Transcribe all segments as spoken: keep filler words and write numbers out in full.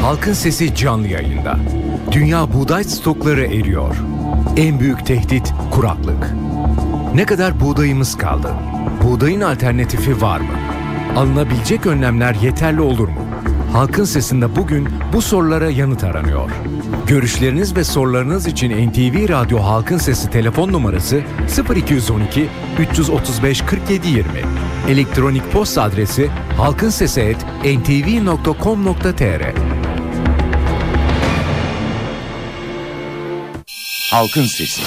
Halkın Sesi canlı yayında. Dünya buğday stokları eriyor. En büyük tehdit kuraklık. Ne kadar buğdayımız kaldı? Buğdayın alternatifi var mı? Alınabilecek önlemler yeterli olur mu? Halkın Sesi'nde bugün bu sorulara yanıt aranıyor. Görüşleriniz ve sorularınız için N T V Radyo Halkın Sesi telefon numarası sıfır iki on iki üç otuz beş kırk yedi yirmi. Elektronik posta adresi halkinsesi et en te ve nokta com nokta te er. Halkın Sesi.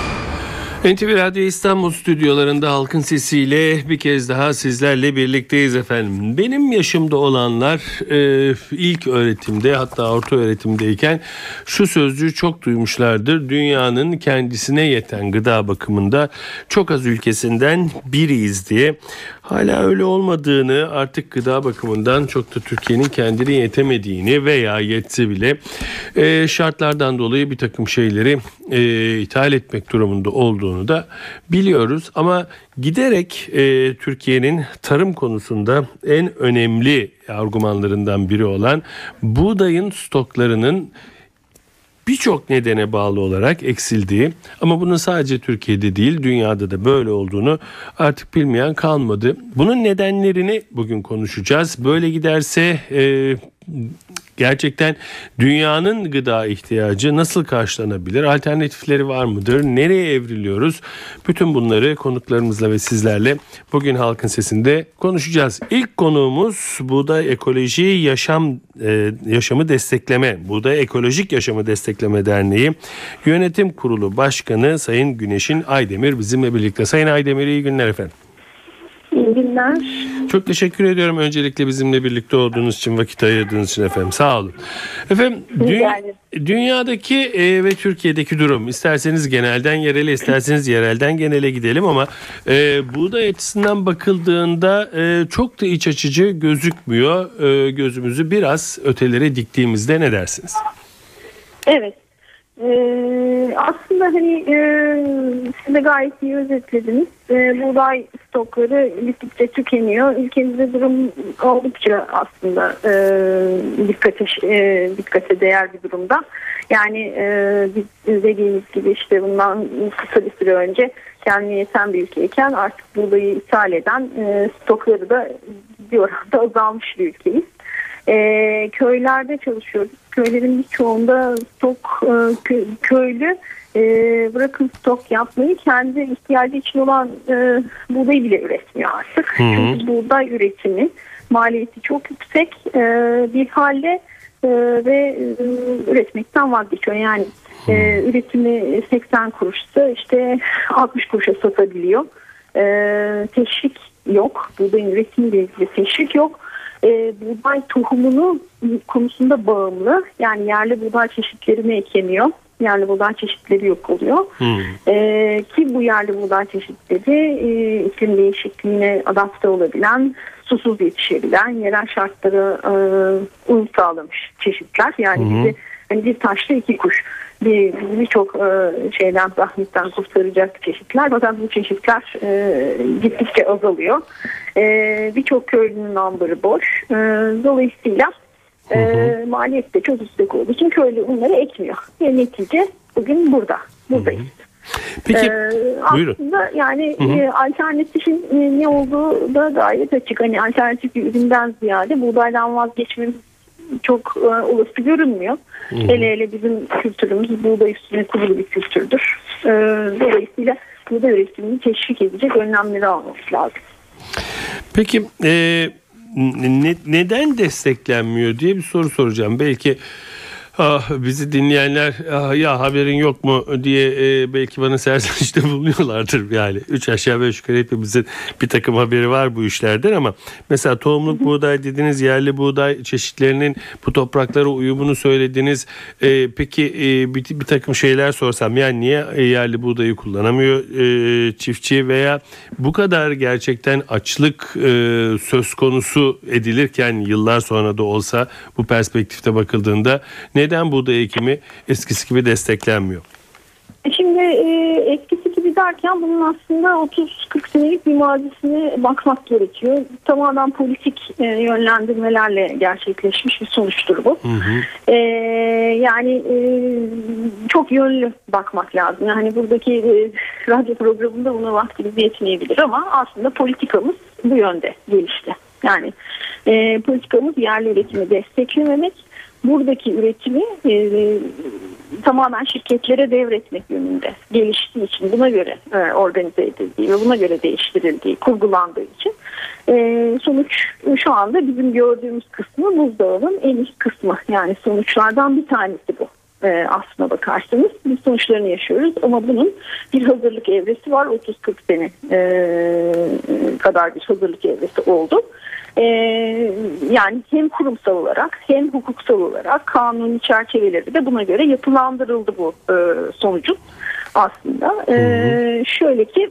N T V Radyo İstanbul stüdyolarında Halkın Sesi ile bir kez daha sizlerle birlikteyiz efendim. Benim yaşımda olanlar e, ilk öğretimde, hatta orta öğretimdeyken şu sözcüğü çok duymuşlardır. Dünyanın kendisine yeten gıda bakımında çok az ülkesinden biriyiz diye. Hala öyle olmadığını, artık gıda bakımından çok da Türkiye'nin kendine yetemediğini veya yetse bile e, şartlardan dolayı bir takım şeyleri e, ithal etmek durumunda olduğunu da biliyoruz. Ama giderek e, Türkiye'nin tarım konusunda en önemli argümanlarından biri olan buğdayın stoklarının birçok nedene bağlı olarak eksildiği, ama bunun sadece Türkiye'de değil dünyada da böyle olduğunu artık bilmeyen kalmadı. Bunun nedenlerini bugün konuşacağız. Böyle giderse e, gerçekten dünyanın gıda ihtiyacı nasıl karşılanabilir? Alternatifleri var mıdır? Nereye evriliyoruz? Bütün bunları konuklarımızla ve sizlerle bugün Halkın Sesi'nde konuşacağız. İlk konuğumuz Buğday Ekoloji Yaşam e, Yaşamı Destekleme, Buğday Ekolojik Yaşamı Destekleme Derneği Yönetim Kurulu Başkanı Sayın Güneşin Aydemir bizimle birlikte. Sayın Aydemir, iyi günler efendim. İyi günler. Çok teşekkür ediyorum öncelikle bizimle birlikte olduğunuz için, vakit ayırdığınız için efendim. Sağ olun. Efendim dü- dünyadaki e, ve Türkiye'deki durum, isterseniz genelden yerele, isterseniz yerelden genele gidelim, ama e, buğday açısından bakıldığında e, çok da iç açıcı gözükmüyor. E, gözümüzü biraz ötelere diktiğimizde ne dersiniz? Evet. Ee, aslında hani e, siz de gayet iyi özetlediniz. E, buğday stokları gittikçe tükeniyor. Ülkemizde durum oldukça aslında e, dikkate, e, dikkate değer bir durumda. Yani e, biz dediğimiz gibi işte bundan kısa bir süre önce kendine yeten bir ülkeyken artık buğdayı ithal eden e, stokları da bir oranda azalmış bir ülkeyiz. E, köylerde çalışıyoruz. Köylerin birçoğunda stok e, kö, köylü e, bırakın stok yapmayı, kendi ihtiyacı için olan e, buğdayı bile üretmiyor artık. Hı hı. Çünkü buğday üretimi maliyeti çok yüksek e, bir halde e, ve e, üretmekten vazgeçiyor. Yani e, üretimi seksen kuruşsa işte altmış kuruşa satabiliyor. E, teşvik yok. Buğdayın üretimiyle ilgili teşvik yok. E, buğday tohumunu konusunda bağımlı. Yani yerli buğday çeşitlerini ekemiyor. Yerli buğday çeşitleri yok oluyor. Hmm. E, ki bu yerli buğday çeşitleri e, iklim değişikliğine adapte olabilen, susuz yetişebilen, yerel şartlara e, uyum sağlamış çeşitler. Yani hmm. bizi hani bir taşla iki kuş, bir birçok e, şeyden, zahmetten kurtaracak çeşitler. Fakat bu çeşitler e, gittikçe azalıyor. E, birçok köylünün ambarı boş. E, dolayısıyla e, maliyet de çok yüksek olduğu için köylü bunları ekmiyor. Ve netice bugün burada. Buradayız. Peki, ee, aslında yani hı hı. E, alternatifin e, ne olduğu da gayet açık. Hani alternatif bir üründen ziyade buğdaydan vazgeçmemiz çok e, olası görünmüyor. Hı hı. Hele hele bizim kültürümüz buğday üstüne kurulu bir kültürdür. E, dolayısıyla buğday üretimini teşvik edecek önlemleri almamız lazım. Peki e, ne, neden desteklenmiyor diye bir soru soracağım. Belki ah, bizi dinleyenler ah, ya haberin yok mu diye e, belki bana serzenişte bulunuyorlardır. Yani üç aşağı beş yukarı hepimizin bir takım haberi var bu işlerden, ama mesela tohumluk buğday dediniz, yerli buğday çeşitlerinin bu topraklara uyumunu söylediniz. E, peki e, bir, bir takım şeyler sorsam, yani niye yerli buğdayı kullanamıyor e, çiftçi, veya bu kadar gerçekten açlık e, söz konusu edilirken yıllar sonra da olsa bu perspektifte bakıldığında neden buğday ekimi eskisi gibi desteklenmiyor? Şimdi e, eskisi gibi bakarken bunun aslında otuz kırk senelik bir mazisine bakmak gerekiyor. Tamamen politik e, yönlendirmelerle gerçekleşmiş bir sonuçtur bu. Hı hı. E, yani e, çok yönlü bakmak lazım. Yani buradaki e, radyo programında buna vaktimiz yetmeyebilir ama aslında politikamız bu yönde gelişti. Yani e, politikamız yerli üretimi desteklememek, buradaki üretimi e, tamamen şirketlere devretmek yönünde geliştiği için, buna göre e, organize edildiği ve buna göre değiştirildiği, kurgulandığı için e, sonuç şu anda bizim gördüğümüz kısmı buzdağının en üst kısmı. Yani sonuçlardan bir tanesi bu. E, aslına bakarsanız biz sonuçlarını yaşıyoruz ama bunun bir hazırlık evresi var. otuz kırk sene e, kadar bir hazırlık evresi oldu. Ee, yani hem kurumsal olarak hem hukuksal olarak kanuni çerçeveleri de buna göre yapılandırıldı bu e, sonucun aslında. Ee, şöyle ki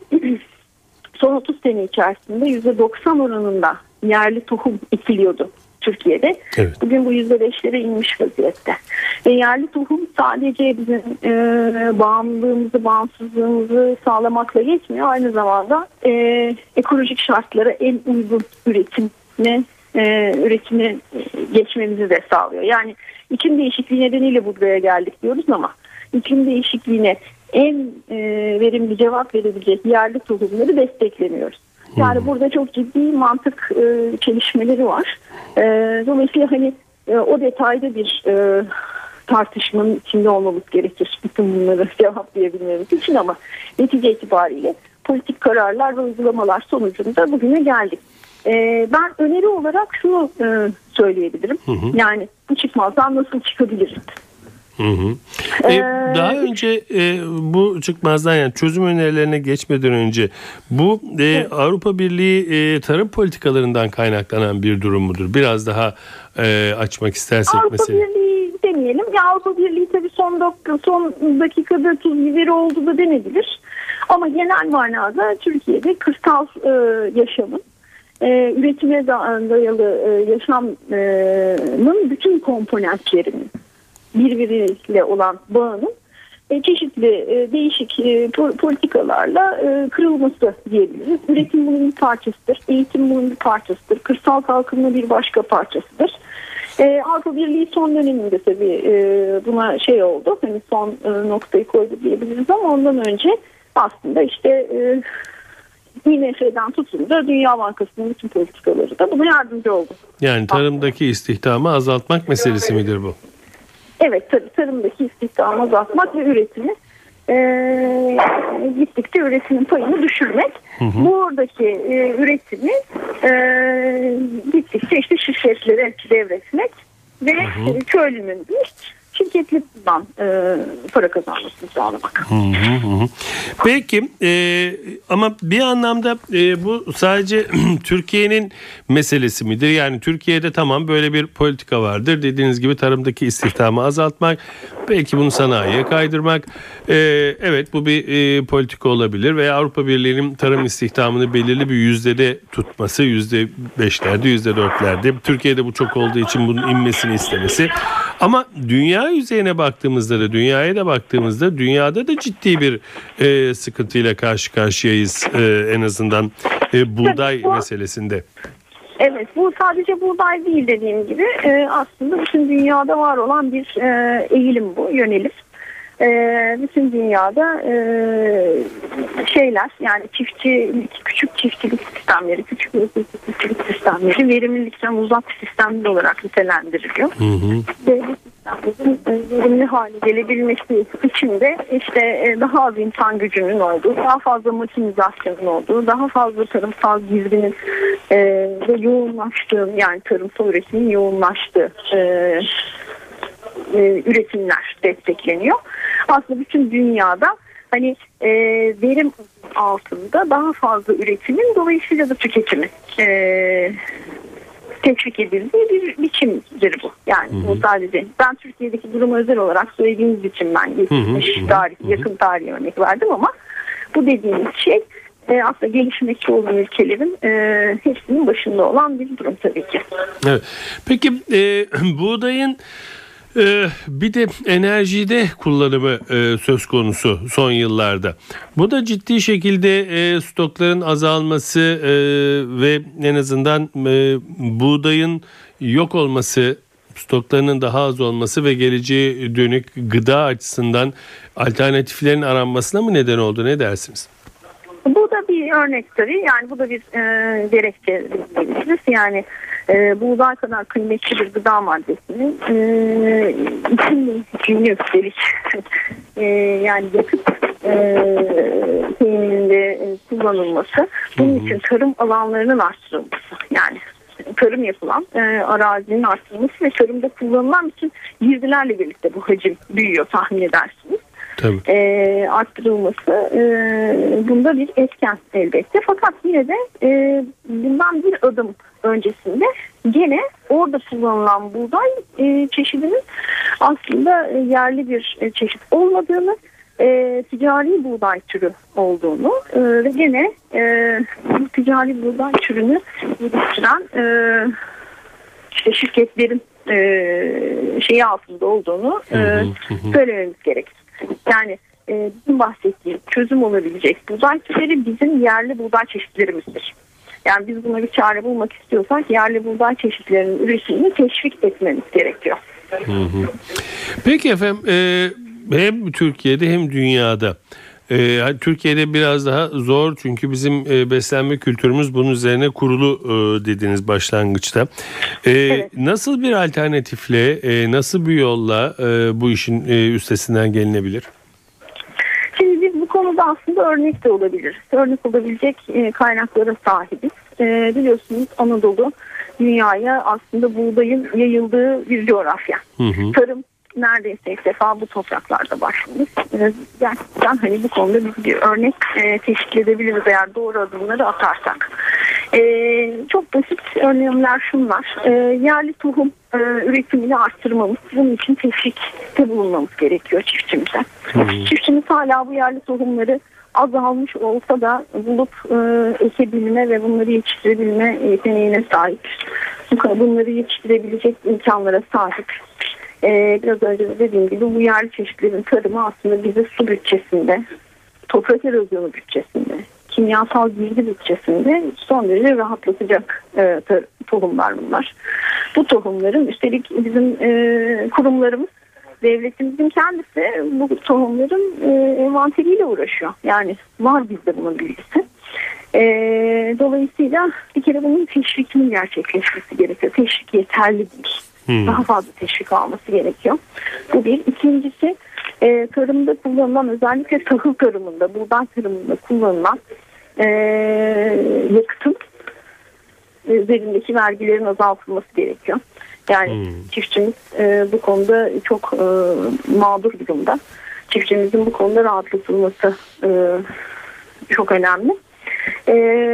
son otuz sene içerisinde yüzde doksan oranında yerli tohum ekiliyordu Türkiye'de. Evet. Bugün bu yüzde beşlere inmiş vaziyette. Ve yerli tohum sadece bizim e, bağımlılığımızı, bağımsızlığımızı sağlamakla yetmiyor. Aynı zamanda e, ekolojik şartlara en uygun üretim ne e, üretimi geçmemizi de sağlıyor. Yani iklim değişikliği nedeniyle buraya geldik diyoruz ama iklim değişikliğine en e, verimli cevap verebilecek yerli tohumları desteklemiyoruz. Yani hmm. burada çok ciddi mantık e, çelişmeleri var. E, dolayısıyla hani e, o detayda bir e, tartışmanın içinde olmamız gerekir bütün bunları cevaplayabilmemiz için ama netice itibariyle politik kararlar ve uygulamalar sonucunda bugüne geldik. Ee, ben öneri olarak şunu e, söyleyebilirim. Hı hı. Yani bu çıkmazdan nasıl çıkabiliriz? Hı hı. Ee, ee, daha önce e, bu çıkmazdan yani çözüm önerilerine geçmeden önce bu e, evet. Avrupa Birliği e, tarım politikalarından kaynaklanan bir durum mudur? Biraz daha e, açmak istersek Avrupa mesela. Avrupa Birliği demeyelim. Ya Avrupa Birliği tabii son dakika, son dakikada tuz biberi oldu da denebilir. Ama genel manada Türkiye'de kırsal e, yaşamın Ee, üretime dayalı e, yaşamın bütün komponentlerinin birbiriyle olan bağının e, çeşitli e, değişik e, politikalarla e, kırılması diyebiliriz. Üretim bunun bir parçasıdır, eğitim bunun bir parçasıdır, kırsal kalkınma bir başka parçasıdır. E, Avrupa Birliği son döneminde tabii e, buna şey oldu, hani son e, noktayı koydu diyebiliriz ama ondan önce aslında işte e, I M F'den tutun da Dünya Bankası'nın bütün politikaları da buna yardımcı oldu. Yani tarımdaki istihdamı azaltmak meselesi midir bu? Evet tabii tarımdaki istihdamı azaltmak ve üretimi e, gittikçe üretimin payını düşürmek. Hı hı. Buradaki e, üretimi e, gittikçe işte şirketlere devretmek ve hı hı. köylünün değil şirketlerden e, para kazanmasını sağlamak. Hı hı hı. Peki e, ama bir anlamda e, bu sadece Türkiye'nin meselesi midir? Yani Türkiye'de tamam böyle bir politika vardır. Dediğiniz gibi tarımdaki istihdamı azaltmak, belki bunu sanayiye kaydırmak. E, evet bu bir e, politika olabilir veya Avrupa Birliği'nin tarım istihdamını belirli bir yüzdede tutması, yüzde beşlerde, yüzde dörtlerde. Türkiye'de bu çok olduğu için bunun inmesini istemesi. Ama dünya yüzeyine baktığımızda da, dünyaya da baktığımızda dünyada da ciddi bir e, sıkıntıyla karşı karşıyayız e, en azından e, buğday bu, meselesinde. Evet, bu sadece buğday değil dediğim gibi e, aslında bütün dünyada var olan bir e, eğilim bu, yönelim. E, bütün dünyada e, şeyler yani çiftçi, küçük çiftçilik sistemleri, küçük çiftçilik sistemleri verimlilikten uzak sistemler olarak nitelendiriliyor. Hı hı. Ve bu sistemlerin verimli hale gelebilmesi için de işte daha az insan gücünün olduğu, daha fazla makinizasyonun olduğu, daha fazla tarımsal girdinin e, ve yoğunlaştığı, yani tarımsal üretimin yoğunlaştığı e, e, üretimler destekleniyor. Aslında bütün dünyada hani e, verim altında daha fazla üretimin dolayısıyla da tüketimi e, teşvik edildiği bir biçimdir bu. Yani hı hı. o sadece ben Türkiye'deki durumu özel olarak söylediğiniz için ben geçmiş tarih, yakın tarihe örnek verdim ama bu dediğimiz şey e, aslında gelişmekte olan ülkelerin e, hepsinin başında olan bir durum tabii ki. Evet. Peki e, buğdayın Ee, bir de enerjide kullanımı e, söz konusu son yıllarda. Bu da ciddi şekilde e, stokların azalması e, ve en azından e, buğdayın yok olması, stoklarının daha az olması ve geleceğe dönük gıda açısından alternatiflerin aranmasına mı neden oldu? Ne dersiniz? Bu da bir örnek tabii. Yani bu da bir e, gerekçe diyebiliriz. Yani e, buğday kadar kıymetli bir gıda maddesinin e, için cümle üstelik e, yani yakıt e, temininde e, kullanılması, bunun için tarım alanlarının arttırılması, yani tarım yapılan e, arazinin arttırılması ve tarımda kullanılan bütün girdilerle birlikte bu hacim büyüyor, tahmin edersiniz. Tabii. E, arttırılması e, bunda bir etken elbette. Fakat yine de e, bundan bir adım öncesinde gene orada kullanılan buğday e, çeşidinin aslında e, yerli bir e, çeşit olmadığını, e, ticari buğday türü olduğunu e, ve gene e, bu ticari buğday türünü geliştiren e, işte şirketlerin e, şeyi altında olduğunu e, söylememiz gerekir. Yani e, bizim bahsettiğim çözüm olabilecek buğday türleri bizim yerli buğday çeşitlerimizdir. Yani biz buna bir çare bulmak istiyorsak yerli buğday çeşitlerinin üretimini teşvik etmemiz gerekiyor. Hı hı. Peki efendim, e, hem Türkiye'de hem dünyada, e, Türkiye'de biraz daha zor çünkü bizim e, beslenme kültürümüz bunun üzerine kurulu e, dediniz başlangıçta. E, evet. Nasıl bir alternatifle, e, nasıl bir yolla e, bu işin e, üstesinden gelinebilir? Şimdi biz bu konuda aslında örnek de olabiliriz. Örnek olabilecek e, kaynaklara sahibiz. E, biliyorsunuz Anadolu dünyaya aslında buğdayın yayıldığı bir coğrafya. Hı hı. Tarım neredeyse ilk defa bu topraklarda başlamış. E, gerçekten hani bu konuda bir, bir örnek e, teşkil edebiliriz eğer doğru adımları atarsak. E, çok basit örneğler şunlar. E, yerli tohum e, üretimini arttırmamız, bunun için teşvikte bulunmamız gerekiyor çiftçimize. Hmm. Çiftçimiz hala bu yerli tohumları azalmış olsa da bulup e, ekebilme ve bunları yetiştirebilme yeteneğine sahip. Bunları yetiştirebilecek imkanlara sahip. Ee, biraz önce de dediğim gibi bu yerli çeşitlerin tarımı aslında bize su bütçesinde, toprak erozyonu bütçesinde, kimyasal girdi bütçesinde son derece rahatlatacak e, tohumlar bunlar. Bu tohumların üstelik bizim e, kurumlarımız, devletimizin kendisi bu tohumların e, envanteriyle uğraşıyor. Yani var bizde bunun bilgisi. E, dolayısıyla bir kere bunun teşvikinin gerçekleşmesi gerekiyor. Teşvik yeterli değil. Hmm. Daha fazla teşvik alması gerekiyor. Bu bir. İkincisi e, tarımda kullanılan, özellikle tahıl tarımında, buğday tarımında kullanılan e, yakıtın üzerindeki vergilerin azaltılması gerekiyor. Yani hmm. çiftçimiz e, bu konuda çok e, mağdur durumda. Çiftçimizin bu konuda rahatlatılması e, çok önemli. Ee,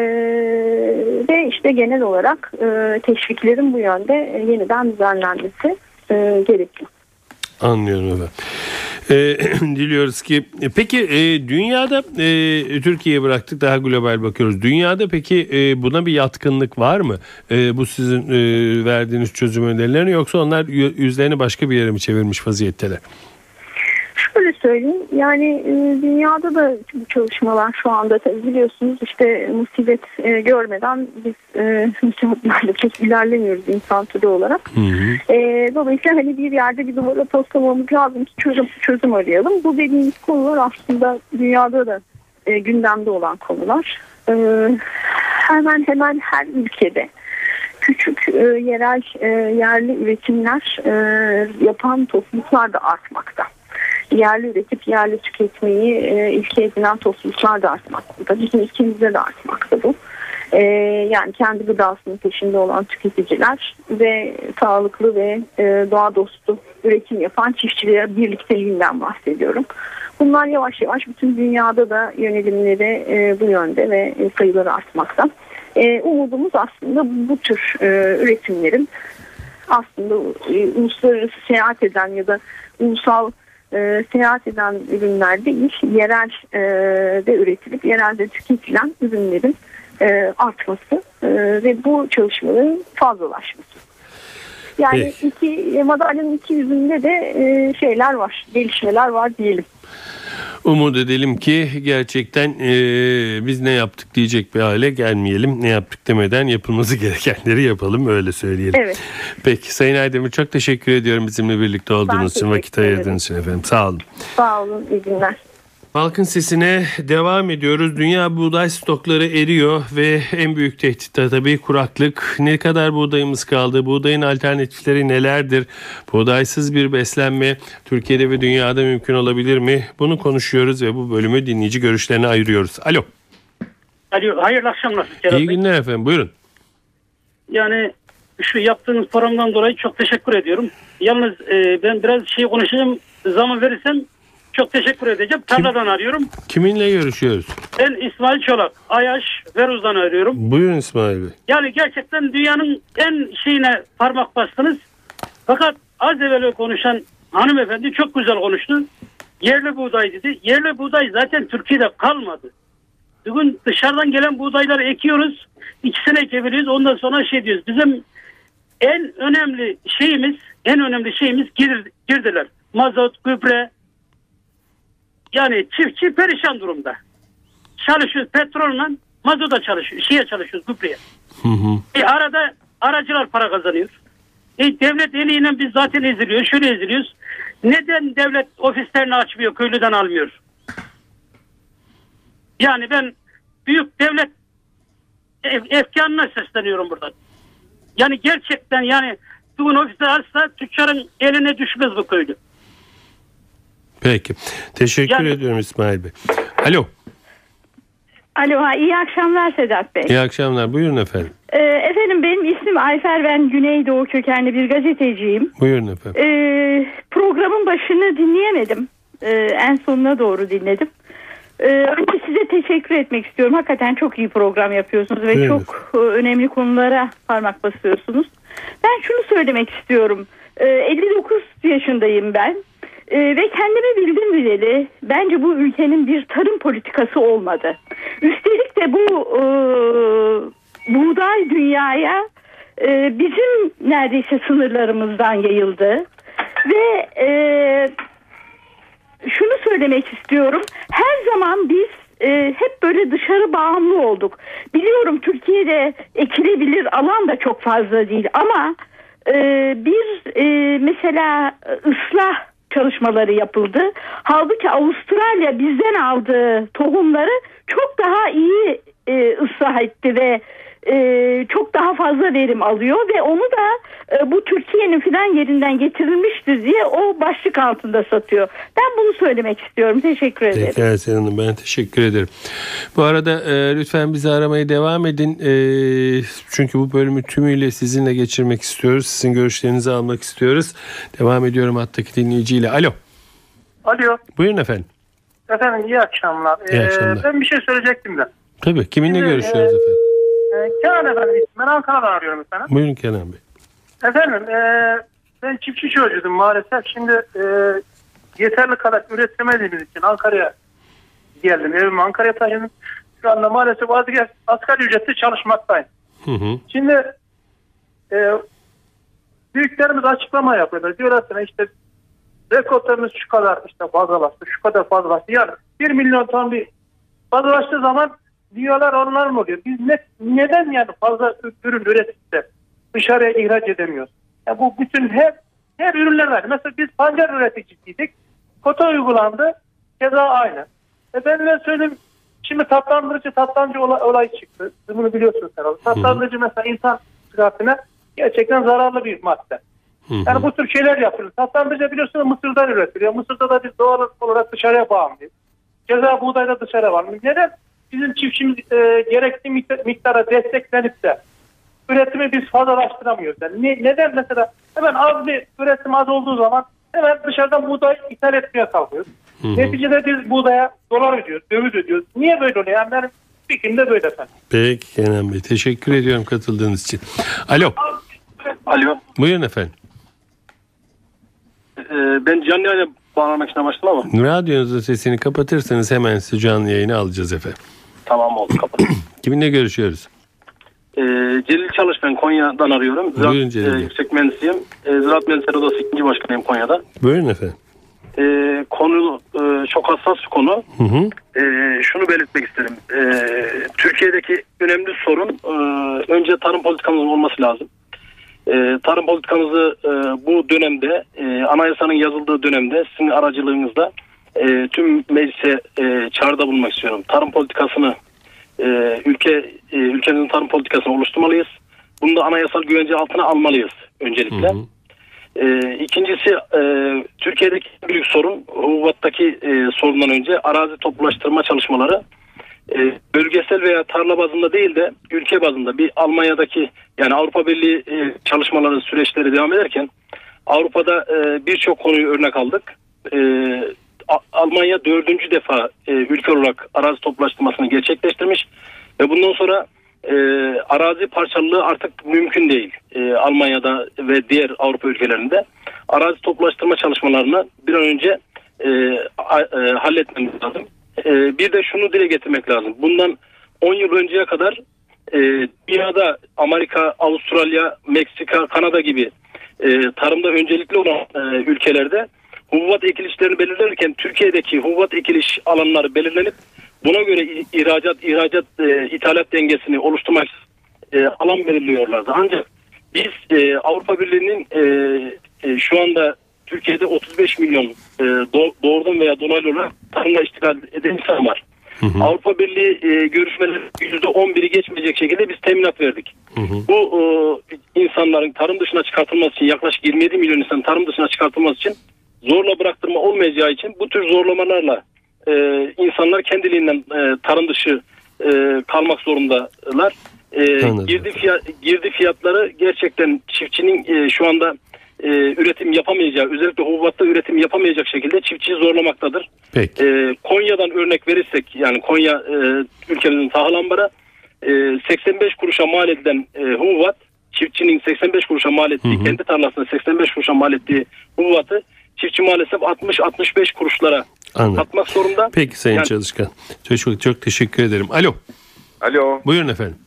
ve işte genel olarak e, teşviklerin bu yönde e, yeniden düzenlenmesi e, gerekiyor. Anlıyorum efendim. E, diliyoruz ki peki e, dünyada e, Türkiye'yi bıraktık, daha global bakıyoruz. Dünyada peki e, buna bir yatkınlık var mı? E, bu sizin e, verdiğiniz çözüm önerilerini, yoksa onlar yüzlerini başka bir yere mi çevirmiş vaziyetteler? Şöyle söyleyeyim, yani e, dünyada da bu çalışmalar şu anda tabii biliyorsunuz işte musibet e, görmeden biz e, müsaadlerle çok ilerlemiyoruz insan türü olarak. Hı hı. E, dolayısıyla hani bir yerde bir duvara toslamamız lazım ki çözüm, çözüm arayalım. Bu dediğimiz konular aslında dünyada da e, gündemde olan konular. E, hemen hemen her ülkede küçük e, yerel e, yerli üretimler e, yapan topluluklar da artmakta. Yerli üretip yerli tüketmeyi e, ilke edinen topluluklar da artmakta. Bizim ülkemizde de artmakta bu. E, yani kendi gıdasının peşinde olan tüketiciler ve sağlıklı ve e, doğa dostu üretim yapan çiftçilere birlikteliğinden bahsediyorum. Bunlar yavaş yavaş bütün dünyada da yönelimleri e, bu yönde ve e, sayıları artmakta. E, umudumuz aslında bu tür e, üretimlerin aslında e, uluslararası seyahat eden ya da ulusal E, seyahat eden ürünler değil, yerel e, de üretilip yerelde tüketilen ürünlerin e, artması e, ve bu çalışmaların fazlalaşması. Yani Peki. iki madalyanın iki yüzünde de e, şeyler var, gelişmeler var diyelim. Umut edelim ki gerçekten e, biz ne yaptık diyecek bir hale gelmeyelim. Ne yaptık demeden yapılması gerekenleri yapalım, öyle söyleyelim. Evet. Peki Sayın Aydemir, çok teşekkür ediyorum bizimle birlikte olduğunuz için, vakit ayırdığınız için efendim. Sağ olun. Sağ olun, iyi günler. Halkın Sesi'ne devam ediyoruz. Dünya buğday stokları eriyor ve en büyük tehdit de tabii kuraklık. Ne kadar buğdayımız kaldı? Buğdayın alternatifleri nelerdir? Buğdaysız bir beslenme Türkiye'de ve dünyada mümkün olabilir mi? Bunu konuşuyoruz ve bu bölümü dinleyici görüşlerine ayırıyoruz. Alo. Alo, hayırlı akşamlar. İyi günler efendim, buyurun. Yani şu yaptığınız programdan dolayı çok teşekkür ediyorum. Yalnız e, ben biraz şey konuşayım, zaman verirsen çok teşekkür edeceğim. Tarladan Kim, arıyorum. Kiminle görüşüyoruz? Ben İsmail Çolak, Ayaş, Veruz'dan arıyorum. Buyurun İsmail Bey. Yani gerçekten dünyanın en şeyine parmak bastınız. Fakat az evvel konuşan hanımefendi çok güzel konuştu. Yerli buğday dedi. Yerli buğday zaten Türkiye'de kalmadı. Bugün dışarıdan gelen buğdayları ekiyoruz. İki sene ekebiliyoruz. Ondan sonra şey diyoruz. Bizim en önemli şeyimiz, en önemli şeyimiz gir, girdiler. Mazot, gübre. Yani çiftçi perişan durumda. Çalışıyoruz petrolle, mazota çalışıyoruz, şeye çalışıyoruz, gübreye. Hı hı. E arada aracılar para kazanıyor. E devlet eliyle biz zaten eziliyoruz, şöyle eziliyoruz. Neden devlet ofislerini açmıyor, köylüden almıyor? Yani ben büyük devlet efkanına sesleniyorum buradan. Yani gerçekten yani bugün ofisler açsa tüccarın eline düşmez bu köylü. Peki. Teşekkür yani, ediyorum İsmail Bey. Alo. Alo, iyi akşamlar Sedat Bey. İyi akşamlar. Buyurun efendim. Ee, efendim benim ismim Ayfer. Ben Güneydoğu kökenli bir gazeteciyim. Buyurun efendim. Ee, programın başını dinleyemedim. Ee, en sonuna doğru dinledim. Ee, önce size teşekkür etmek istiyorum. Hakikaten çok iyi program yapıyorsunuz ve evet, çok e, önemli konulara parmak basıyorsunuz. Ben şunu söylemek istiyorum. Ee, elli dokuz yaşındayım ben. Ee, ve kendime bildim bileli bence bu ülkenin bir tarım politikası olmadı. Üstelik de bu e, buğday dünyaya e, bizim neredeyse sınırlarımızdan yayıldı. Ve e, şunu söylemek istiyorum. Her zaman biz e, hep böyle dışarı bağımlı olduk. Biliyorum Türkiye'de ekilebilir alan da çok fazla değil ama e, bir e, mesela ıslah çalışmaları yapıldı. Halbuki Avustralya bizden aldığı tohumları çok daha iyi e, ıslah etti ve e, çok daha fazla verim alıyor ve onu da e, bu Türkiye'nin filan yerinden getirilmiştir diye o başlık altında satıyor. Ben bunu söylemek istiyorum. Teşekkür ederim. Peki Aysen Hanım, ben teşekkür ederim. Bu arada e, lütfen bizi aramaya devam edin. E, çünkü bu bölümü tümüyle sizinle geçirmek istiyoruz. Sizin görüşlerinizi almak istiyoruz. Devam ediyorum hattaki dinleyiciyle. Alo. Alo. Buyurun efendim. Efendim iyi akşamlar. İyi akşamlar. Ee, ben bir şey söyleyecektim de. Tabii. Kiminle Şimdi, görüşüyoruz e, efendim? E, Kenan efendim. Ben Ankara'dan arıyorum efendim. Buyurun Kenan Bey. Efendim e, ben çiftçi çocuğuydum maalesef. Şimdi e, yeterli kadar üretemediğimiz için Ankara'ya geldim. Evimi Ankara'ya taşındım. Şu anda maalesef asgari, asgari ücretli çalışmaktayım. Hı hı. Şimdi e, büyüklerimiz açıklama yapıyorlar. Diyorlar ki işte rekortlarımız şu kadar işte fazlalaştı, şu kadar fazlalaştı. Yani bir milyon ton bir fazlalaştığı zaman diyorlar onlar mı oluyor? Biz ne, neden yani fazla ürün üretip de dışarıya ihraç edemiyoruz? Yani bu bütün her her ürünler var. Mesela biz pancar üreticisiydik. Kota uygulandı. Keza aynı. E ben de söyleyeyim. Şimdi tatlandırıcı tatlandırıcı olay, olay çıktı. Siz bunu biliyorsunuz herhalde. Tatlandırıcı mesela insan sıhhatine gerçekten zararlı bir madde. Hı hı. Yani bu tür şeyler yapılır. Tatlandırıcı biliyorsunuz Mısır'dan üretiliyor. Mısır'da da biz doğal olarak dışarıya bağımlıyız. Keza buğdayda dışarıya bağımlıyız. Neden? Bizim çiftçimiz e, gerekli miktara desteklenip de üretimi biz fazlalaştıramıyoruz. Yani ne, neden mesela hemen az bir üretim az olduğu zaman hemen dışarıdan buğday ithal etmeye kalkıyoruz. Hı hı. Neticede biz buğdaya dolar ödüyoruz, döviz ödüyoruz. Niye böyle oluyor? Yani benim fikrim de böyle efendim. Peki Kenan Bey, teşekkür ediyorum katıldığınız için. Alo. Alo. Buyurun efendim. Ee, ben canlı yayına bağlamak için amaçladım ama. Radyonuzun sesini kapatırsanız hemen size canlı yayını alacağız efendim. Tamam oldu, kapat. Kiminle görüşüyoruz? Ee, Celil Çalış, ben Konya'dan arıyorum. Buyurun Ziraat Celil e, Bey. yüksek mühendisiyim. E, Ziraat Mühendisleri Odası ikinci başkanıyım Konya'da. Buyurun efendim. E, konu e, çok hassas bir konu. Hı hı. E, şunu belirtmek isterim. E, Türkiye'deki önemli sorun e, önce tarım politikamızın olması lazım. E, tarım politikamızı e, bu dönemde, e, anayasanın yazıldığı dönemde sizin aracılığınızla e, tüm meclise e, çağrıda bulunmak istiyorum. Tarım politikasını, e, ülke e, ülkemizin tarım politikasını oluşturmalıyız. Bunu da anayasal güvence altına almalıyız öncelikle. Hı hı. E, ikincisi, e, Türkiye'deki büyük sorun, Hububat'taki e, sorundan önce arazi toplulaştırma çalışmaları e, bölgesel veya tarla bazında değil de ülke bazında, bir Almanya'daki, yani Avrupa Birliği e, çalışmaları, süreçleri devam ederken Avrupa'da e, birçok konuyu örnek aldık. E, A- Almanya dördüncü defa e, ülke olarak arazi toplulaştırmasını gerçekleştirmiş ve bundan sonra e, arazi parçalılığı artık mümkün değil. E, Almanya'da ve diğer Avrupa ülkelerinde arazi toplulaştırma çalışmalarını bir an önce e, a, e, halletmemiz lazım. E, bir de şunu dile getirmek lazım. Bundan on yıl önceye kadar e, dünyada Amerika, Avustralya, Meksika, Kanada gibi e, tarımda öncelikli olan e, ülkelerde hububat ekilişlerini belirlerken Türkiye'deki hububat ekiliş alanları belirlenip buna göre ihracat, ihracat, e, ithalat dengesini oluşturmak e, alan belirliyorlardı. Ancak biz e, Avrupa Birliği'nin e, e, şu anda Türkiye'de otuz beş milyon e, do, doğrudan veya dolaylı olarak tarımla iştigal eden insan var. Hı hı. Avrupa Birliği e, görüşmeleri yüzde on biri geçmeyecek şekilde biz teminat verdik. Hı hı. Bu e, insanların tarım dışına çıkartılması için, yaklaşık yirmi yedi milyon insan tarım dışına çıkartılması için zorla bıraktırma olmayacağı için bu tür zorlamalarla e, insanlar kendiliğinden e, tarım dışı e, kalmak zorundalar. E, girdi, fiyat, girdi fiyatları gerçekten çiftçinin e, şu anda e, üretim yapamayacağı, özellikle hububatta üretim yapamayacak şekilde çiftçiyi zorlamaktadır. E, Konya'dan örnek verirsek, yani Konya e, ülkemizin tahıl ambarı, e, seksen beş kuruşa mal edilen e, hububat, çiftçinin seksen beş kuruşa mal ettiği, hı hı. kendi tarlasında seksen beş kuruşa mal ettiği hububatı çiftçi maalesef altmış altmış beş kuruşlara Anladım. Atmak zorunda. Peki Sayın yani... Çalışkan. Çok, çok teşekkür ederim. Alo. Alo. Buyurun efendim.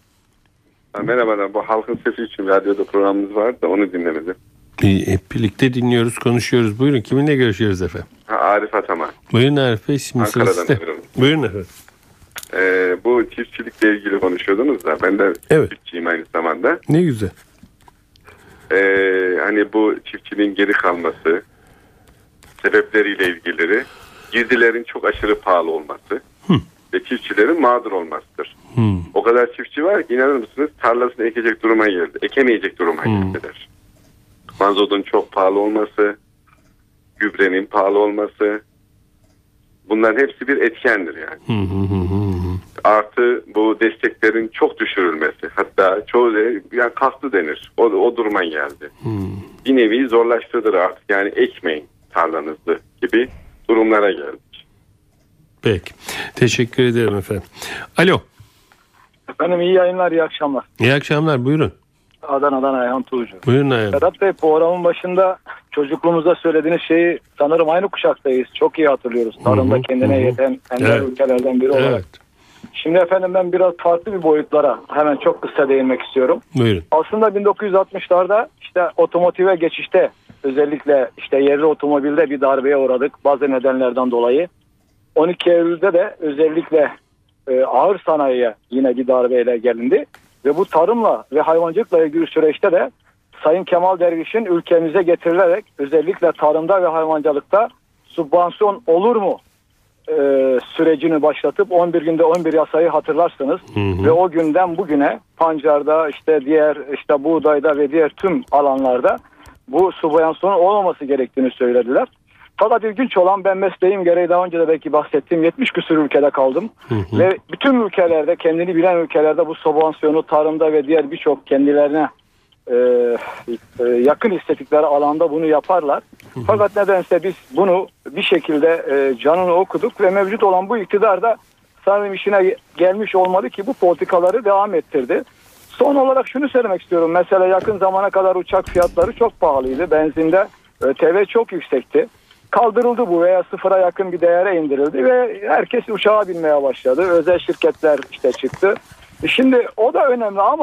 Ha, merhabalar. Bu Halkın Sesi için radyoda programımız var da onu dinlemedim. Hep birlikte dinliyoruz, konuşuyoruz. Buyurun, kiminle görüşüyoruz efendim? Ha, Arif Ataman. Buyurun Arif Bey. Ankara'dan arıyorum. Buyurun efendim. Ee, bu çiftçilikle ilgili konuşuyordunuz da ben de evet. çiftçiyim aynı zamanda. Ne güzel. Ee, hani bu çiftçiliğin geri kalması, sebepleriyle ilgileri, girdilerin çok aşırı pahalı olması Hı. ve çiftçilerin mağdur olmasıdır. Hı. O kadar çiftçi var ki inanır mısınız tarlasını ekecek duruma geldi. Ekemeyecek duruma geldiler. Mazotun çok pahalı olması, gübrenin pahalı olması, bunların hepsi bir etkendir yani. Hı hı hı hı. Artı bu desteklerin çok düşürülmesi, hatta çoğu da yani kastı denir. O, o duruma geldi. Hı. Bir nevi zorlaştırdı artık, yani ekmeyin tarlanızdı gibi durumlara geldik. Peki. Teşekkür ederim efendim. Alo. Efendim iyi yayınlar, iyi akşamlar. İyi akşamlar, buyurun. Adana'dan Ayhan Tuğcu. Buyurun Ayhan. Sedat Bey, programın başında çocukluğumuzda söylediğiniz şeyi sanırım aynı kuşaktayız. Çok iyi hatırlıyoruz. Tarımda hı hı, kendine hı. yeten ender evet. ülkelerden biri olarak. Evet. Şimdi efendim ben biraz farklı bir boyutlara hemen çok kısa değinmek istiyorum. Buyurun. Aslında bin dokuz yüz altmışlarda işte otomotive geçişte, özellikle işte yerli otomobilde bir darbeye uğradık bazı nedenlerden dolayı. on iki Eylül'de de özellikle e, ağır sanayiye yine bir darbeyle gelindi. Ve bu tarımla ve hayvancılıkla ilgili süreçte de Sayın Kemal Derviş'in ülkemize getirilerek özellikle tarımda ve hayvancılıkta sübvansiyon olur mu e, sürecini başlatıp on bir günde on bir yasayı hatırlarsınız. Hı hı. Ve o günden bugüne pancarda, işte diğer işte buğdayda ve diğer tüm alanlarda bu sübvansiyon olmaması gerektiğini söylediler. Fakat ilginç olan, ben mesleğim gereği daha önce de belki bahsettiğim yetmiş küsur ülkede kaldım. Hı hı. Ve bütün ülkelerde, kendini bilen ülkelerde bu sübvansiyonu tarımda ve diğer birçok kendilerine e, e, yakın hissettikleri alanda bunu yaparlar. Hı hı. Fakat nedense biz bunu bir şekilde e, canını okuduk ve mevcut olan bu iktidar da sanırım işine gelmiş olmalı ki bu politikaları devam ettirdi. Son olarak şunu söylemek istiyorum. Mesela yakın zamana kadar uçak fiyatları çok pahalıydı. Benzinde ÖTV çok yüksekti. Kaldırıldı bu veya sıfıra yakın bir değere indirildi ve herkes uçağa binmeye başladı. Özel şirketler işte çıktı. Şimdi o da önemli ama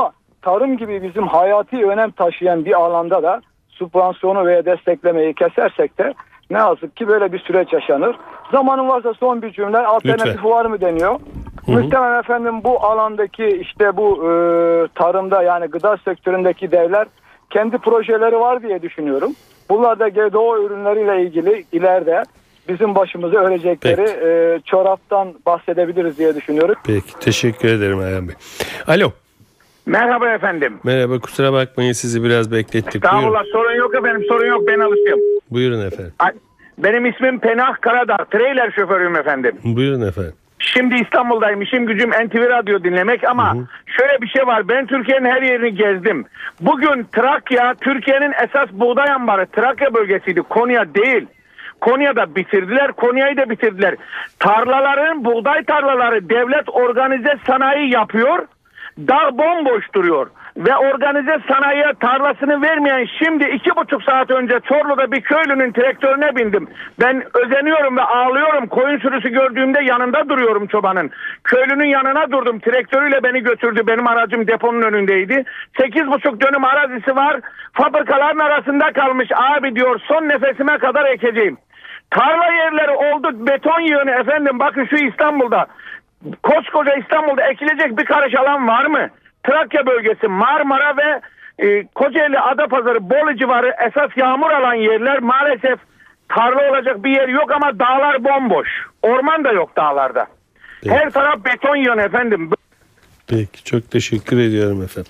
tarım gibi bizim hayati önem taşıyan bir alanda da sübvansiyonu veya desteklemeyi kesersek de ne yazık ki böyle bir süreç yaşanır. Zamanın varsa son bir cümle, alternatif Lütfen. var mı deniyor. Hı hı. Muhtemelen efendim bu alandaki işte bu e, tarımda yani gıda sektöründeki devler kendi projeleri var diye düşünüyorum. Bunlar da G D O ürünleriyle ilgili ileride bizim başımıza örecekleri e, çoraptan bahsedebiliriz diye düşünüyorum. Peki, teşekkür ederim Ayhan Bey. Alo. Merhaba efendim. Merhaba, kusura bakmayın sizi biraz beklettik. Sağ Buyurun. olun, sorun yok efendim, sorun yok, ben alıştım. Buyurun efendim. Benim ismim Penah Karadağ, trailer şoförüyüm efendim. Buyurun efendim. Şimdi İstanbul'dayım, işim gücüm N T V Radyo dinlemek ama hı hı. şöyle bir şey var, ben Türkiye'nin her yerini gezdim. Bugün Trakya, Türkiye'nin esas buğday ambarı Trakya bölgesiydi, Konya değil. Konya'da bitirdiler, Konya'yı da bitirdiler. Tarlaların, buğday tarlaları devlet organize sanayi yapıyor, dağ bomboş duruyor. Ve organize sanayiye tarlasını vermeyen, şimdi iki buçuk saat önce Çorlu'da bir köylünün traktörüne bindim. Ben özeniyorum ve ağlıyorum. Koyun sürüsü gördüğümde yanında duruyorum çobanın. Köylünün yanına durdum. Traktörüyle beni götürdü. Benim aracım deponun önündeydi. Sekiz buçuk dönüm arazisi var. Fabrikaların arasında kalmış. Abi diyor, son nefesime kadar ekeceğim. Tarla yerleri oldu beton yığını efendim. Bakın şu İstanbul'da, koskoca İstanbul'da ekilecek bir karış alan var mı? Trakya bölgesi, Marmara ve e, Kocaeli, Adapazarı, Bolu civarı esas yağmur alan yerler, maalesef tarla olacak bir yer yok ama dağlar bomboş. Orman da yok dağlarda. Peki. Her taraf beton yığını efendim. Peki, çok teşekkür ediyorum efendim.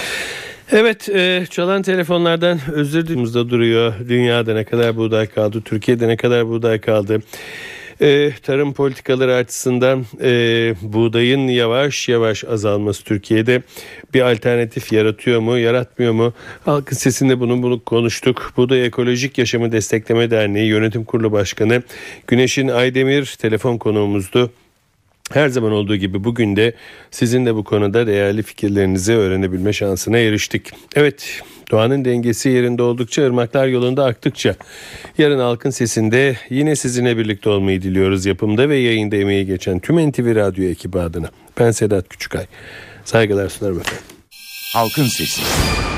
Evet, e, çalan telefonlardan özür dilerimizde duruyor. Dünyada ne kadar buğday kaldı, Türkiye'de ne kadar buğday kaldı. E, tarım politikaları açısından e, buğdayın yavaş yavaş azalması Türkiye'de bir alternatif yaratıyor mu, yaratmıyor mu? Halkın Sesi'nde bunu, bunu konuştuk. Buğday Ekolojik Yaşamı Destekleme Derneği Yönetim Kurulu Başkanı Güneşin Aydemir telefon konuğumuzdu. Her zaman olduğu gibi bugün de sizin de bu konuda değerli fikirlerinizi öğrenebilme şansına eriştik. Evet, doğanın dengesi yerinde oldukça, ırmaklar yolunda aktıkça yarın Halkın Sesi'nde yine sizinle birlikte olmayı diliyoruz. Yapımda ve yayında emeği geçen tüm N T V Radyo ekibi adına. Ben Sedat Küçükay. Saygılar sunarım efendim. Halkın Sesi.